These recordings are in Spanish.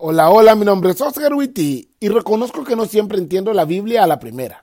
Hola, hola, mi nombre es Oscar Witty y reconozco que no siempre entiendo la Biblia a la primera.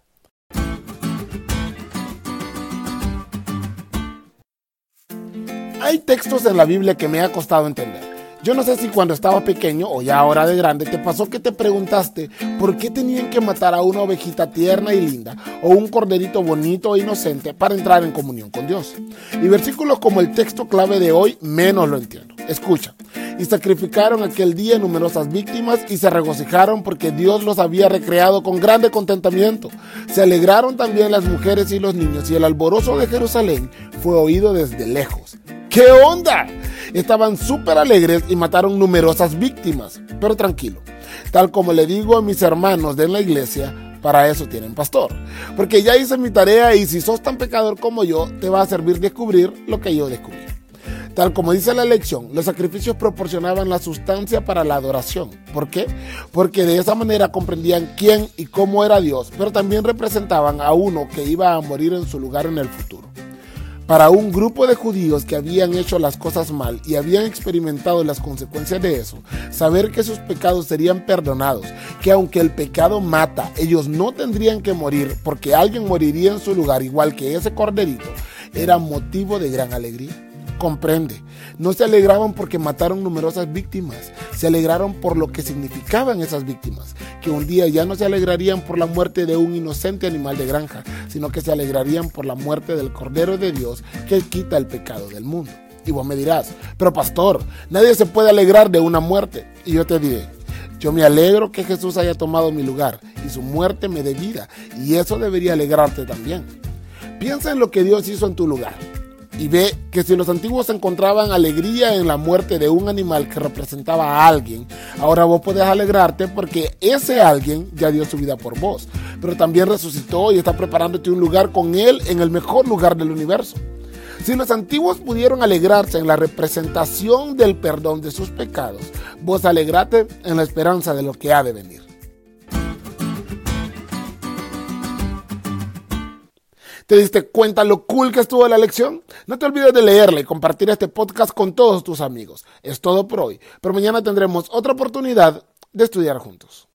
Hay textos en la Biblia que me ha costado entender. Yo no sé si cuando estaba pequeño o ya ahora de grande te pasó que te preguntaste por qué tenían que matar a una ovejita tierna y linda o un corderito bonito e inocente para entrar en comunión con Dios. Y versículos como el texto clave de hoy menos lo entiendo. Escucha. Y sacrificaron aquel día numerosas víctimas y se regocijaron porque Dios los había recreado con grande contentamiento. Se alegraron también las mujeres y los niños y el alborozo de Jerusalén fue oído desde lejos. ¿Qué onda? Estaban súper alegres y mataron numerosas víctimas. Pero tranquilo, tal como le digo a mis hermanos de la iglesia, para eso tienen pastor. Porque ya hice mi tarea y si sos tan pecador como yo, te va a servir descubrir lo que yo descubrí. Tal como dice la lección, los sacrificios proporcionaban la sustancia para la adoración. ¿Por qué? Porque de esa manera comprendían quién y cómo era Dios, pero también representaban a uno que iba a morir en su lugar en el futuro. Para un grupo de judíos que habían hecho las cosas mal y habían experimentado las consecuencias de eso, saber que sus pecados serían perdonados, que aunque el pecado mata, ellos no tendrían que morir porque alguien moriría en su lugar igual que ese corderito, era motivo de gran alegría. Comprende, no se alegraban porque mataron numerosas víctimas, se alegraron por lo que significaban esas víctimas, que un día ya no se alegrarían por la muerte de un inocente animal de granja, sino que se alegrarían por la muerte del Cordero de Dios que quita el pecado del mundo. Y vos me dirás, pero pastor, nadie se puede alegrar de una muerte. Y yo te diré, yo me alegro que Jesús haya tomado mi lugar y su muerte me dé vida, y eso debería alegrarte también. Piensa en lo que Dios hizo en tu lugar. Y ve que si los antiguos encontraban alegría en la muerte de un animal que representaba a alguien, ahora vos podés alegrarte porque ese alguien ya dio su vida por vos, pero también resucitó y está preparándote un lugar con él en el mejor lugar del universo. Si los antiguos pudieron alegrarse en la representación del perdón de sus pecados, vos alegrate en la esperanza de lo que ha de venir. ¿Te diste cuenta lo cool que estuvo la lección? No te olvides de leerla y compartir este podcast con todos tus amigos. Es todo por hoy, pero mañana tendremos otra oportunidad de estudiar juntos.